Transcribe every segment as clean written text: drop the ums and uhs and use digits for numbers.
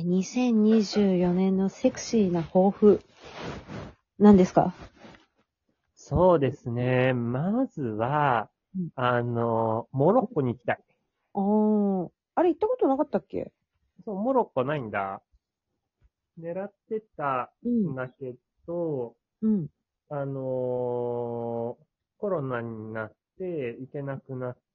2024年のセクシーな抱負、何ですか？ そうですね。まずは、 うん、 モロッコに行きたい。 あれ行ったことなかったっけ？ そう、モロッコないんだ。狙ってたうん、 んだけど、 うん、 あのコロナになって行けなくなって、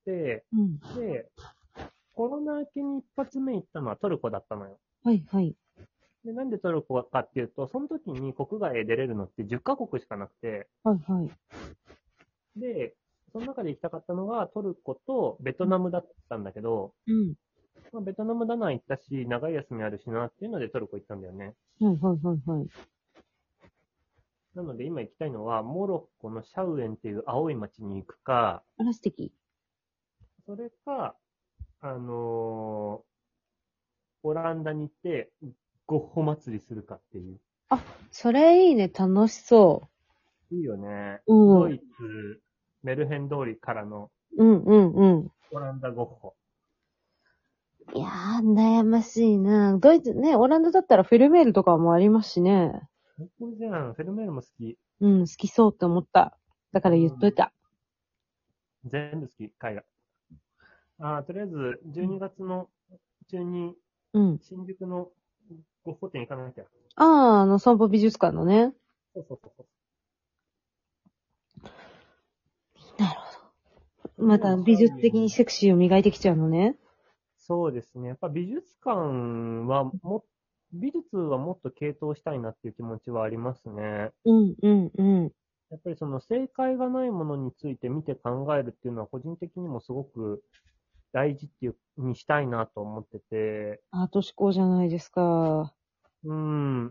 うん。 で、コロナ明けに一発目行ったのはトルコだったのよ。 はい、はい。 で、なんでトルコかっていうと、その時に国外へ出れるのって10カ国しかなくて、 はい、はい。 で、その中で行きたかったのがトルコとベトナムだったんだけど、 うん。 まあ、ベトナムだな行ったし、長い休みあるしなっていうのでトルコ行ったんだよね。 はい、はい、はい、はい。 なので今行きたいのは、モロッコのシャウエンっていう青い町に行くか、 あら、素敵。 それか、オランダに行って、ゴッホ祭りするかっていう。 あ、それいいね。楽しそいいよね。 う。うん。 ドイツ、メルヘン通りからのうん、うん、うん。 オランダゴッホ。 いやー、悩ましいな。ドイツね、オランダだったらフェルメールとかもありますしね。 最高じゃん。フェルメールも好き。 うん、好きそうって思った。だから言っというん。 た。 全部好き、絵画。とりあえず、12月の中に、 うん。 新宿のゴッホ店行かなきゃ。 散歩美術館のね。 そうそうそうそう。 なるほど。まとりあえず、シた美術ャウエン。 的にセクシーを磨いてきちゃうのね。 そうですね。やっぱ美術館は美術はもっと傾倒したいなっていう気持ちはありますね。 うん、うん、うん。 やっぱりその正解がないものについて見て考えるっていうのは個人的にもすごく大事っていう、にしたいなと思ってて、 アート思考じゃないですか。 うん、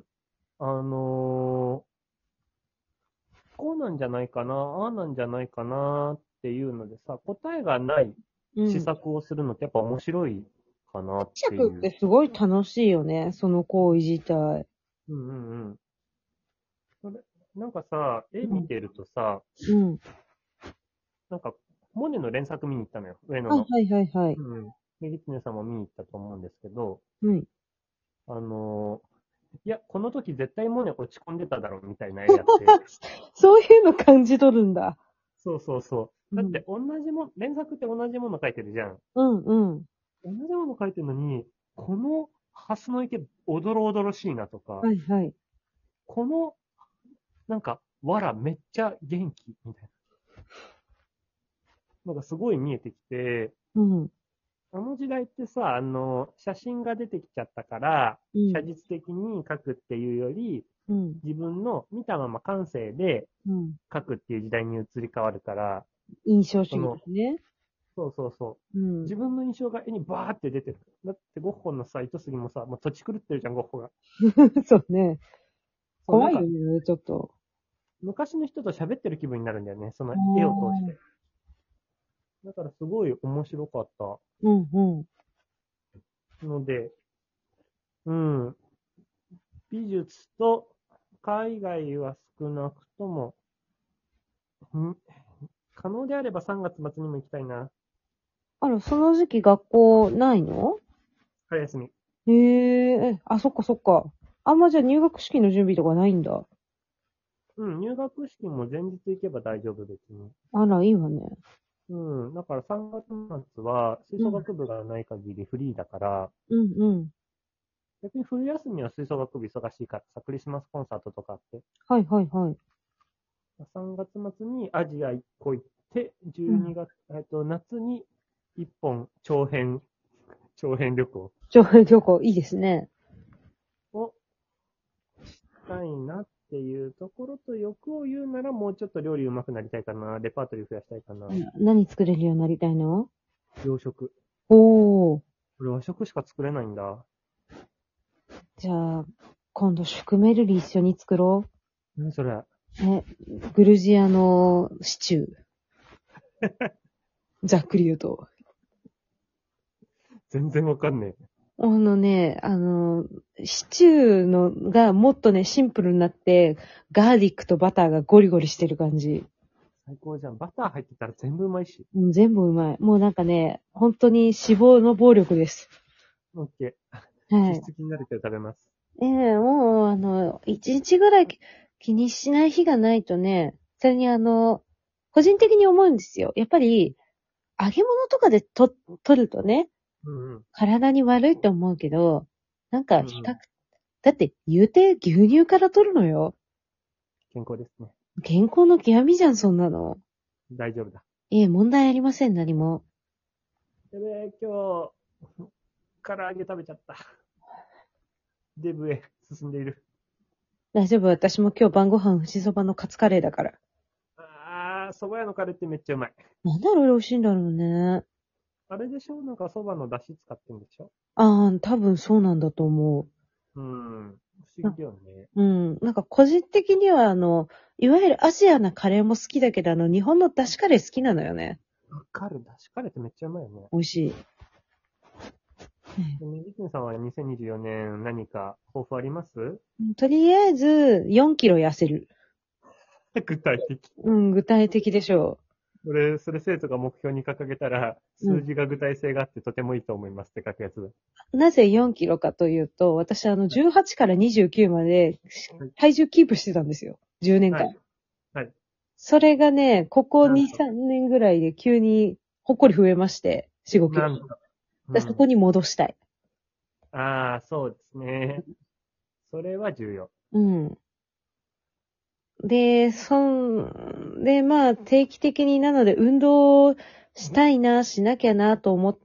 あのこうなんじゃないかな、ああなんじゃないかなっていうのでさ、答えがないうん。 試作をするのってやっぱ面白いかなって尺っいう。 てすごい楽しいよね。その行為自体。 うんうんうん。それ、なんかさ、絵うん。 見てるとさ、 うん。 なんか、モネの連作見に行ったのよ、上野の。 はいはいはいはい。 うん。で、ギツネさんも見に行ったと思うんですけど、 うん。 あのいや、この時絶対モネ落ち込んでただろうみたいな絵やって。 そういうの感じ取るんだ。 そうそうそう。だっうん。 て同じも、連作って同じもの描いてるじゃん。 うんうん。 同じもの描いてるのに、このハスの池、おどろおどろしいなとか、 はいはい。 この、なんか、わらめっちゃ元気みたいなのがすごい見えてきて、 うん。 あの時代ってさ、写真が出てきちゃったから、 うん。 写実的に描くっていうより、 うん。 自分の見たまま感性でうん。 描くっていう時代に移り変わるから、 印象主義でその、 すね。 そうそうそう。 うん。 自分の印象が絵にバーって出てる。だってゴッホのさ、糸杉もさ、もう土地狂ってるじゃん、ゴッホが。 そうね。 そう、なんか、 怖いよね、ちょっと。 昔の人と喋ってる気分になるんだよね、そのあ絵を通しあ。 て。だからすごい面白かったうんうん。 ので、うん、美術と海外は少なくとも、ん可能であれば3月末にも行きたいな。 あら、その時期学校ないの？ 春休み。 へえ、そっかそっか。じゃあ入学式の準備とかないんだ。 うん、入学式も前日行けば大丈夫、別に。 あら、いいわね。 うん、だから3月末は吹うん、 奏楽部がない限りフリーだから、 うん、うん。 逆に冬休みは吹奏楽部忙しいからさ、クリスマスコンサートとかあって、 はいはいはい。 3月末にアジア1個行って、12 うん。 月、夏に1本長編旅行上海旅行、いいですね。 をしたいなっていうところと、欲を言うならもうちょっと料理上手くなりたいかな、レパートリー増やしたいかな。 何作れるようになりたいの？ 洋食。 おー。 俺和食しか作れないんだ。 じゃあ、今度、シュクメルリ一緒に作ろ何それ。 う。グルジアのシチュー。ざっくり言うと。 全然わかんねえ。 シチューのがもっとね、シンプルになって、ガーリックとバターがゴリゴリしてる感じ。 最高じゃん。バター入ってたら全部うまいし。 全部うまい。もうなんかね、本当に脂肪の暴力です。 オッケー。 はい。 質気になるけど食べます。 もう、一日ぐらい気にしない日がないとね、それに個人的に思うんですよ。やっぱり、揚げ物とかで取るとね、 うんうん。 体に悪いと思うけど、なんかうんうんだって言うて牛乳から取るのよ。 健康ですね。 健康の極みじゃん、そんなの。 大丈夫だ。 問題ありません、何も。 やべえ、今日、唐揚げ食べちゃった。デブへ進んでいる。 大丈夫、私も今日晩ご飯富士そばのカツカレーだから。 蕎麦屋のカレーってめっちゃうまい。 なんであれ美味しいんだろうね。 あれでしょなんか蕎麦の出汁使ってんでしょ多分そうなんだと思うん。不う。 思議だよね。 なんか個人的にはいわゆるアジアなカレーも好きだけど、日本の出汁カレー好きなのよね。 わかる。出汁カレーってめっちゃうまいよね。 美味しい。 ミジ君さんは2024年何か抱負ありますとりあえず、4キロ痩せる。 具体的。 具体的でしょそれ生徒が目標に掲げたら、数字が具体性があってとてもいいと思いますって書くやつだ。 う。なぜ4キロかというと、私18から29まではい体重キープしてたんですよ。10年間。 はい。はい。 それがね、ここ2、 なんと 3年ぐらいで急にほっこり増えまして、4、5キロ。 なんと。 そこに戻したい。 ああ、そうですね。それは重要。 うん。で、まあ、定期的になので、運動したいな、しなきゃなと思って、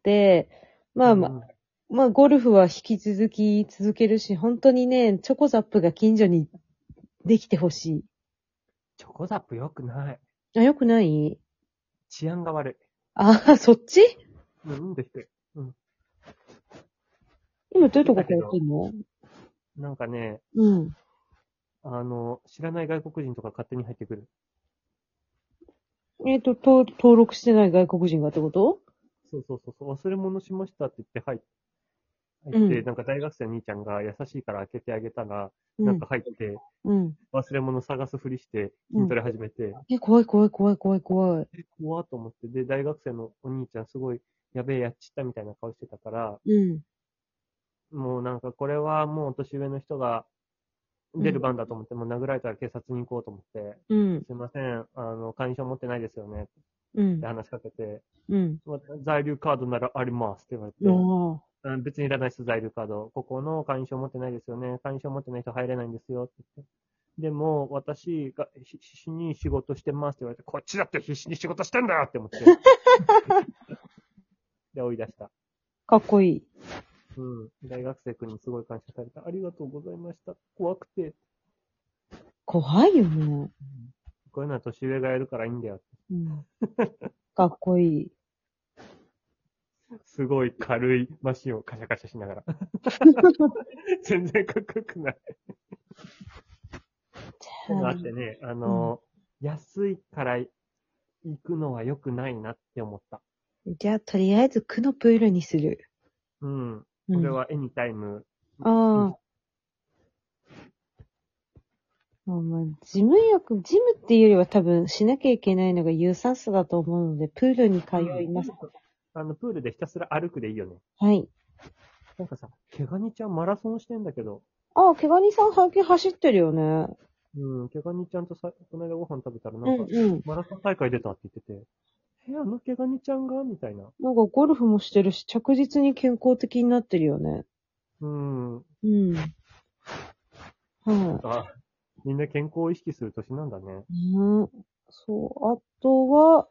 まあまあ、 うんまあ、ゴルフは引き続き続けるし、本当にね、チョコザップが近所にできてほしい。 チョコザップ良くない。 よくない？ 治安が悪い。 そっち？ うんできてる。うん。 今どういうとこ通ってんの？ なんかね、 うん。 知らない外国人とか勝手に入ってくる。 登録してない外国人がってこと？ そうそうそうそう、忘れ物しましたって言って入って、 うん。 なんか大学生の兄ちゃんが優しいから開けてあげたら、 うんなんか入って、 うん。 忘れ物探すふりして筋トレ始めて、 怖い怖い怖い怖い怖い。 怖っと思って、で、大学生のお兄ちゃんすごい、やべえ、やっちったみたいな顔してたから、 うん。 もうなんかこれはもう年上の人が出る番だと思って、もう殴られたら警察に行こうと思って、 うん。 すいません、会員証持ってないですよねうんって。話しかけて、 うん。 在留カードならありますって言われて、 あ別にいらないです、在留カード。ここの会員証持ってないですよね。会員証持ってない人入れないんですよって言って。でも、私が必死に仕事してますって言われて、こっちだって必死に仕事してんだよって思って。で、追い出した。 かっこいい。 うん。大学生君にすごい感謝された。ありがとうございました。怖くて。 怖いよね。 こういうのは年上がやるからいいんだよ。 うん。かっこいい。 すごい軽いマシンをカシャカシャしながら。全然かっこよくない。でもあってね、安いから行くのは良くないなって思った。 じゃあ、とりあえず、区のプールにする。 うん。 うん。 俺はエニタイム。 ああ。まあ、ジムっていうよりは多分しなきゃいけないのが有酸素だと思うので、プールに通います。 プールでひたすら歩くでいいよね。 はい。 なんかさ、毛ガニちゃんマラソンしてんだけど。 毛ガニさん最近走ってるよね。 うん、毛ガニちゃんとこの間ご飯食べたらなんか、 うん。 マラソン大会出たって言ってて、毛ガニちゃんがみたいな。 なんかゴルフもしてるし、着実に健康的になってるよね。 うん。 うん。 あ、みんな健康を意識する年なんだね。 そう。あとは、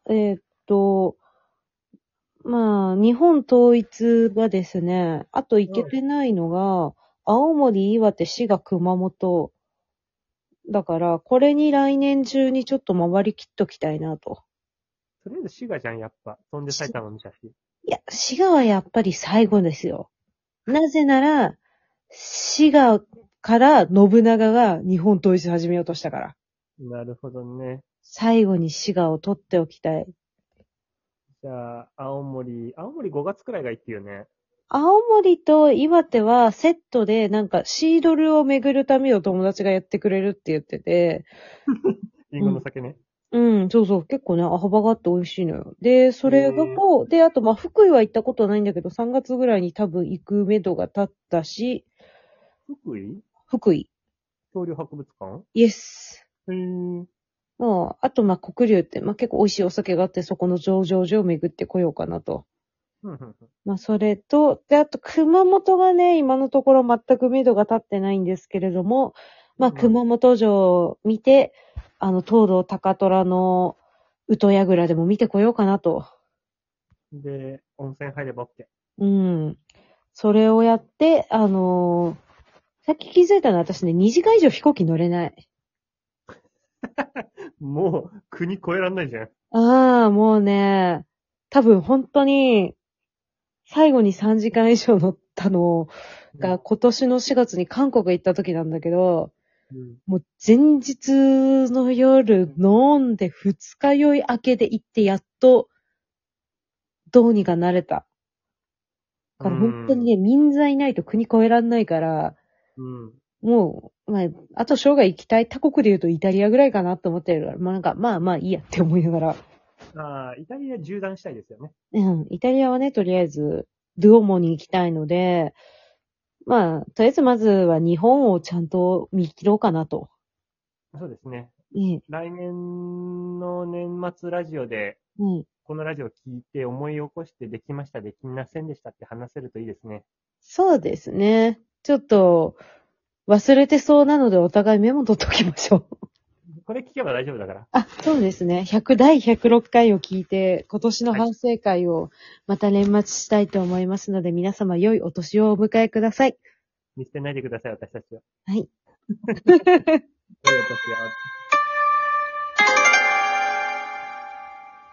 まあ、日本統一はですね、あと行けてないのが、青森、岩手、滋賀、熊本。だから、これに来年中にちょっと回りきっときたいなと。 とりあえず滋賀じゃん、やっぱ。そんで埼玉見たし。 いや、滋賀はやっぱり最後ですよ。なぜなら、滋賀から信長が日本統一始めようとしたから。 なるほどね。 最後に滋賀を取っておきたい。 じゃあ、青森5月くらいがいいっていうね。 青森と岩手はセットでなんかシードルを巡る旅を友達がやってくれるって言ってて。 リンゴの酒ね。 うん、そうそう。結構ね、幅があって美味しいのよ。で、それがこう、で、あと、まあ、福井は行ったことないんだけど、3月ぐらいに多分行く目処が立ったし、 福井福井。 恐竜博物館イエス。 へー。 もう、あと、まあ、黒龍って、まあ、結構美味しいお酒があって、そこの醸造所を巡ってこようかなと。 ふんふんふん。 まあ、それと、で、あと、熊本がね、今のところ全く目処が立ってないんですけれども、まあ、 うんうん。 熊本城を見て、東堂高虎の宇土櫓でも見てこようかなと。 で、温泉入れば OK。 うん。それをやって、さっき気づいたのは私ね、2時間以上飛行機乗れない。 もう、国越えらんないじゃん。 ああ、もうね、多分本当に、最後に3時間以上乗ったのうん。 が今年の4月に韓国行った時なんだけど、 うん。 もう前日の夜飲んで二日酔い明けで行ってやっとどうにかなれた。だうから本当にん。 ね、民剤ないと国越えらんないから、 うん。 もう、まあ、あと生涯行きたい他国で言うとイタリアぐらいかなと思ってるから、まあなんか、まあまあいいやって思いながら。 ああ、イタリア縦断したいですよね。 うん、イタリアはね、とりあえず、ドゥオモに行きたいので、まあ、とりあえずまずは日本をちゃんと見切ろうかなと。 そうですね。 ね、 来年の年末ラジオで、 うん。 このラジオを聞いて思い起こしてできました、できませんでしたって話せるといいですね。 そうですね。ちょっと、忘れてそうなのでお互いメモ取っときましょう。 これ聞けば大丈夫だから。 あ、そうですね。第106回を聞いて、今年のはい。 反省会をまた年末したいと思いますので、皆様良いお年をお迎えください。 見捨てないでください、私たちは。 はい。 良いお年を。